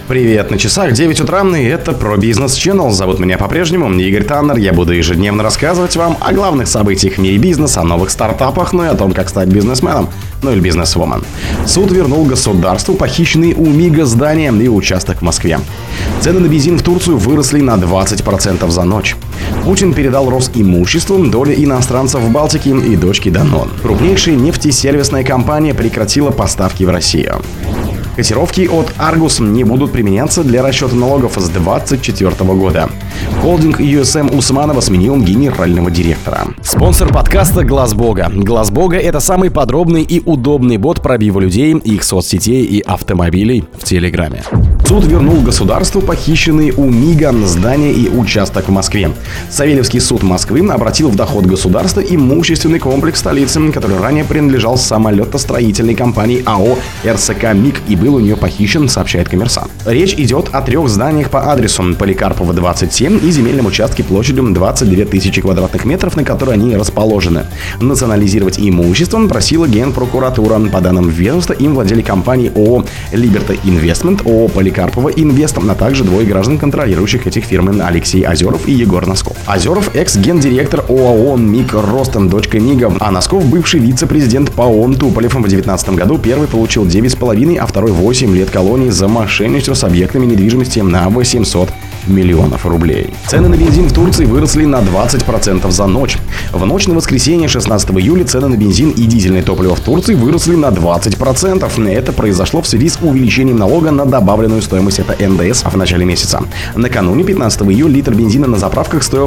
Привет, на часах 9 утра, и это про Business Channel. Зовут меня по-прежнему Игорь Таннер. Я буду ежедневно рассказывать вам о главных событиях в мире бизнеса, о новых стартапах, ну и о том, как стать бизнесменом, ну или бизнесвумен. Суд вернул государству похищенные у МИГа здания и участок в Москве. Цены на бензин в Турцию выросли на 20% за ночь. Путин передал Росимуществу доли иностранцев в Балтике и дочке Данон. Крупнейшая нефтесервисная компания прекратила поставки в Россию. Котировки от Argus не будут применяться для расчета налогов с 2024 года. Холдинг USM Усманова сменил генерального директора. Спонсор подкаста Глаз Бога. Глаз Бога — это самый подробный и удобный бот пробива людей, их соцсетей и автомобилей в Телеграме. Суд вернул государству похищенные у МИГа здания и участок в Москве. Савельевский суд Москвы обратил в доход государства имущественный комплекс столицы, который ранее принадлежал самолетостроительной компании АО РСК МИГ и был у нее похищен, сообщает «Коммерсант». Речь идет о 3 зданиях по адресу Поликарпова, 27 и земельном участке площадью 22 тысячи квадратных метров, на которой они расположены. Национализировать имущество просила Генпрокуратура. По данным ведомства, им владели компании ООО «Либерта Инвестмент», ООО «Поликарпова Инвест», а также двое граждан, контролирующих этих фирм, Алексей Озеров и Егор Носков. Озеров — экс-гендиректор ОАО «МИГ Ростом», дочка МИГа, а Носков — бывший вице-президент ПАО. Туполев в 2019 году первый получил 9,5, а второй 8 лет колонии за мошенничество с объектами недвижимости на 800 миллионов рублей. Цены на бензин в Турции выросли на 20% за ночь. В ночь на воскресенье 16 июля цены на бензин и дизельное топливо в Турции выросли на 20%. Это произошло в связи с увеличением налога на добавленную стоимость, это НДС, в начале месяца. Накануне 15 июля литр бензина на заправках стоил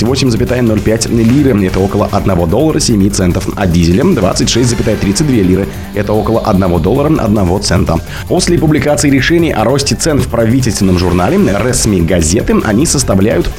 28,05 лиры, это около $1.07, а дизелем 26,32 лиры, это около $1.01. После публикации решений о росте цен в правительственном журнале «Ресми Газеты» они составляют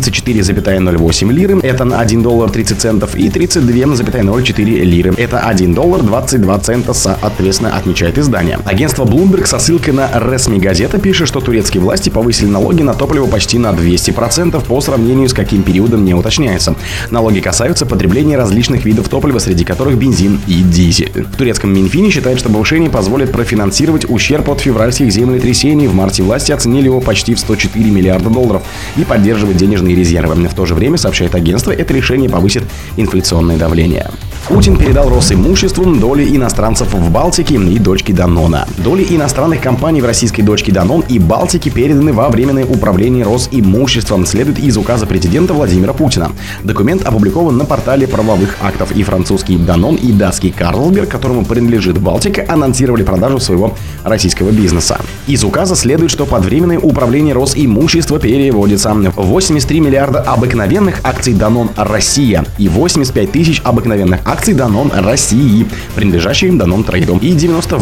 34,08 лиры, это $1.30, и 32,04 лиры, это $1.22, соответственно, отмечает издание. Агентство Bloomberg со ссылкой на «Ресми Газета» пишет, что турецкие власти повысили налоги на топливо почти на 200% по сравнению с каким периодом не уточняется. Налоги касаются потребления различных видов топлива, среди которых бензин и дизель. В турецком Минфине считают, что повышение позволит профинансировать ущерб от февральских землетрясений. В марте власти оценили его почти в $104 миллиарда и поддерживать денежные резервы. В то же время, сообщает агентство, это решение повысит инфляционное давление. Путин передал Росимуществу доли иностранцев в Балтике и дочке Данона. Доли иностранных компаний в российской дочке Данон и Балтике переданы во временное управление Росимуществом, следует из указа президента Владимира Путина. Документ опубликован на портале правовых актов, и французский Данон и датский Карлсберг, которому принадлежит Балтика, анонсировали продажу своего российского бизнеса. Из указа следует, что под временное управление Росимущества переводится 83 миллиарда обыкновенных акций Данон Россия и 85 тысяч обыкновенных акций Данон России, принадлежащих Данон Трейду, и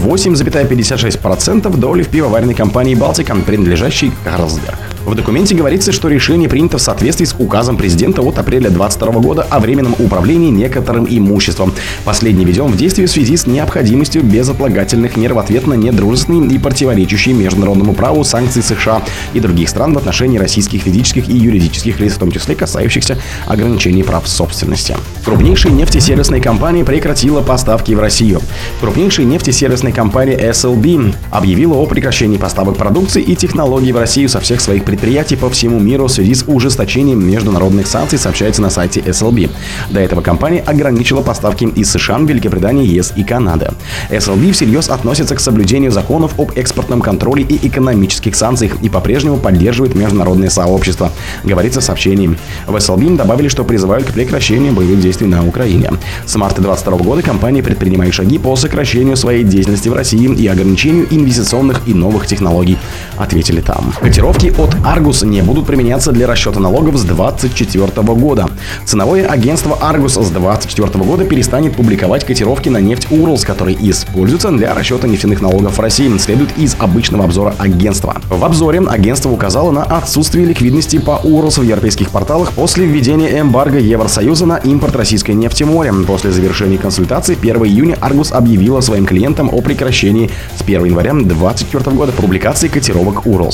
98,56% доли в пивоваренной компании Балтика, принадлежащей Карлсберг. В документе говорится, что решение принято в соответствии с указом президента от апреля 2022 года о временном управлении некоторым имуществом. Последний введен в действие в связи с необходимостью безотлагательных мер в ответ на недружественные и противоречащие международному праву санкции США и других стран в отношении российских физических и юридических лиц, в том числе касающихся ограничений прав собственности. Крупнейшая нефтесервисная компания прекратила поставки в Россию. Крупнейшая нефтесервисная компания SLB объявила о прекращении поставок продукции и технологий в Россию со всех своих предприятий по всему миру в связи с ужесточением международных санкций, сообщается на сайте SLB. До этого компания ограничила поставки из США, Великобритании, ЕС и Канады. SLB всерьез относится к соблюдению законов об экспортном контроле и экономических санкциях и по-прежнему поддерживает международное сообщество, говорится в сообщении. В SLB добавили, что призывают к прекращению боевых действий на Украине. С марта 2022 года компания предпринимает шаги по сокращению своей деятельности в России и ограничению инвестиционных и новых технологий, ответили там. Котировки от Argus не будут применяться для расчета налогов с 2024 года. Ценовое агентство Argus с 2024 года перестанет публиковать котировки на нефть Уралс, которые используются для расчета нефтяных налогов в России, следует из обычного обзора агентства. В обзоре агентство указало на отсутствие ликвидности по Уралс в европейских порталах после введения эмбарго Евросоюза на импорт российской нефти морем. После завершения консультаций 1 июня Argus объявила своим клиентам о прекращении с 1 января 2024 года публикации котировок Уралс. В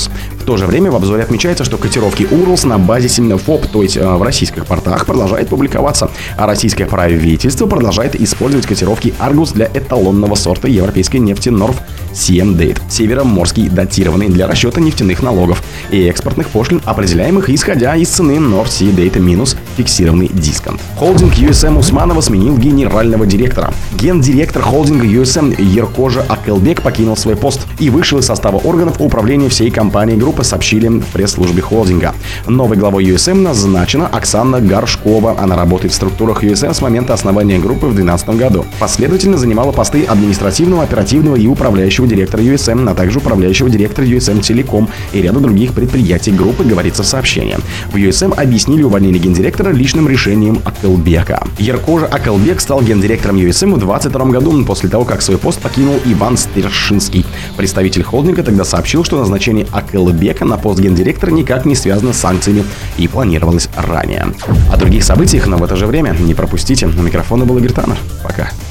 то же время в обзоре отмечается, что котировки Уралс на базисе ФОП, то есть в российских портах, продолжает публиковаться, а российское правительство продолжает использовать котировки Argus для эталонного сорта европейской нефти North Sea Date, североморский датированный, для расчета нефтяных налогов и экспортных пошлин, определяемых исходя из цены North Sea Date минус фиксированный дисконт. Холдинг USM Усманова сменил генерального директора. Гендиректор холдинга USM Еркожа Акылбек покинул свой пост и вышел из состава органов управления всей компании группы, сообщили в пресс-службе холдинга. Новой главой USM назначена Оксана Горшкова. Она работает в структурах USM с момента основания группы в 2012 году. Последовательно занимала посты административного, оперативного и управляющего директора USM, а также управляющего директора USM Телеком и ряда других предприятий группы, говорится в сообщении. В USM объяснили увольнение гендиректора личным решением Акылбека. Еркожа Акылбек стал гендиректором USM в 2022 году, после того, как свой пост покинул Иван Стершинский. Представитель холдинга тогда сообщил, что назначение Акылбека на пост гендиректора никак не связано с санкциями и планировалось ранее. О других событиях, но в это же время не пропустите. У микрофона был Игорь Таннер. Пока.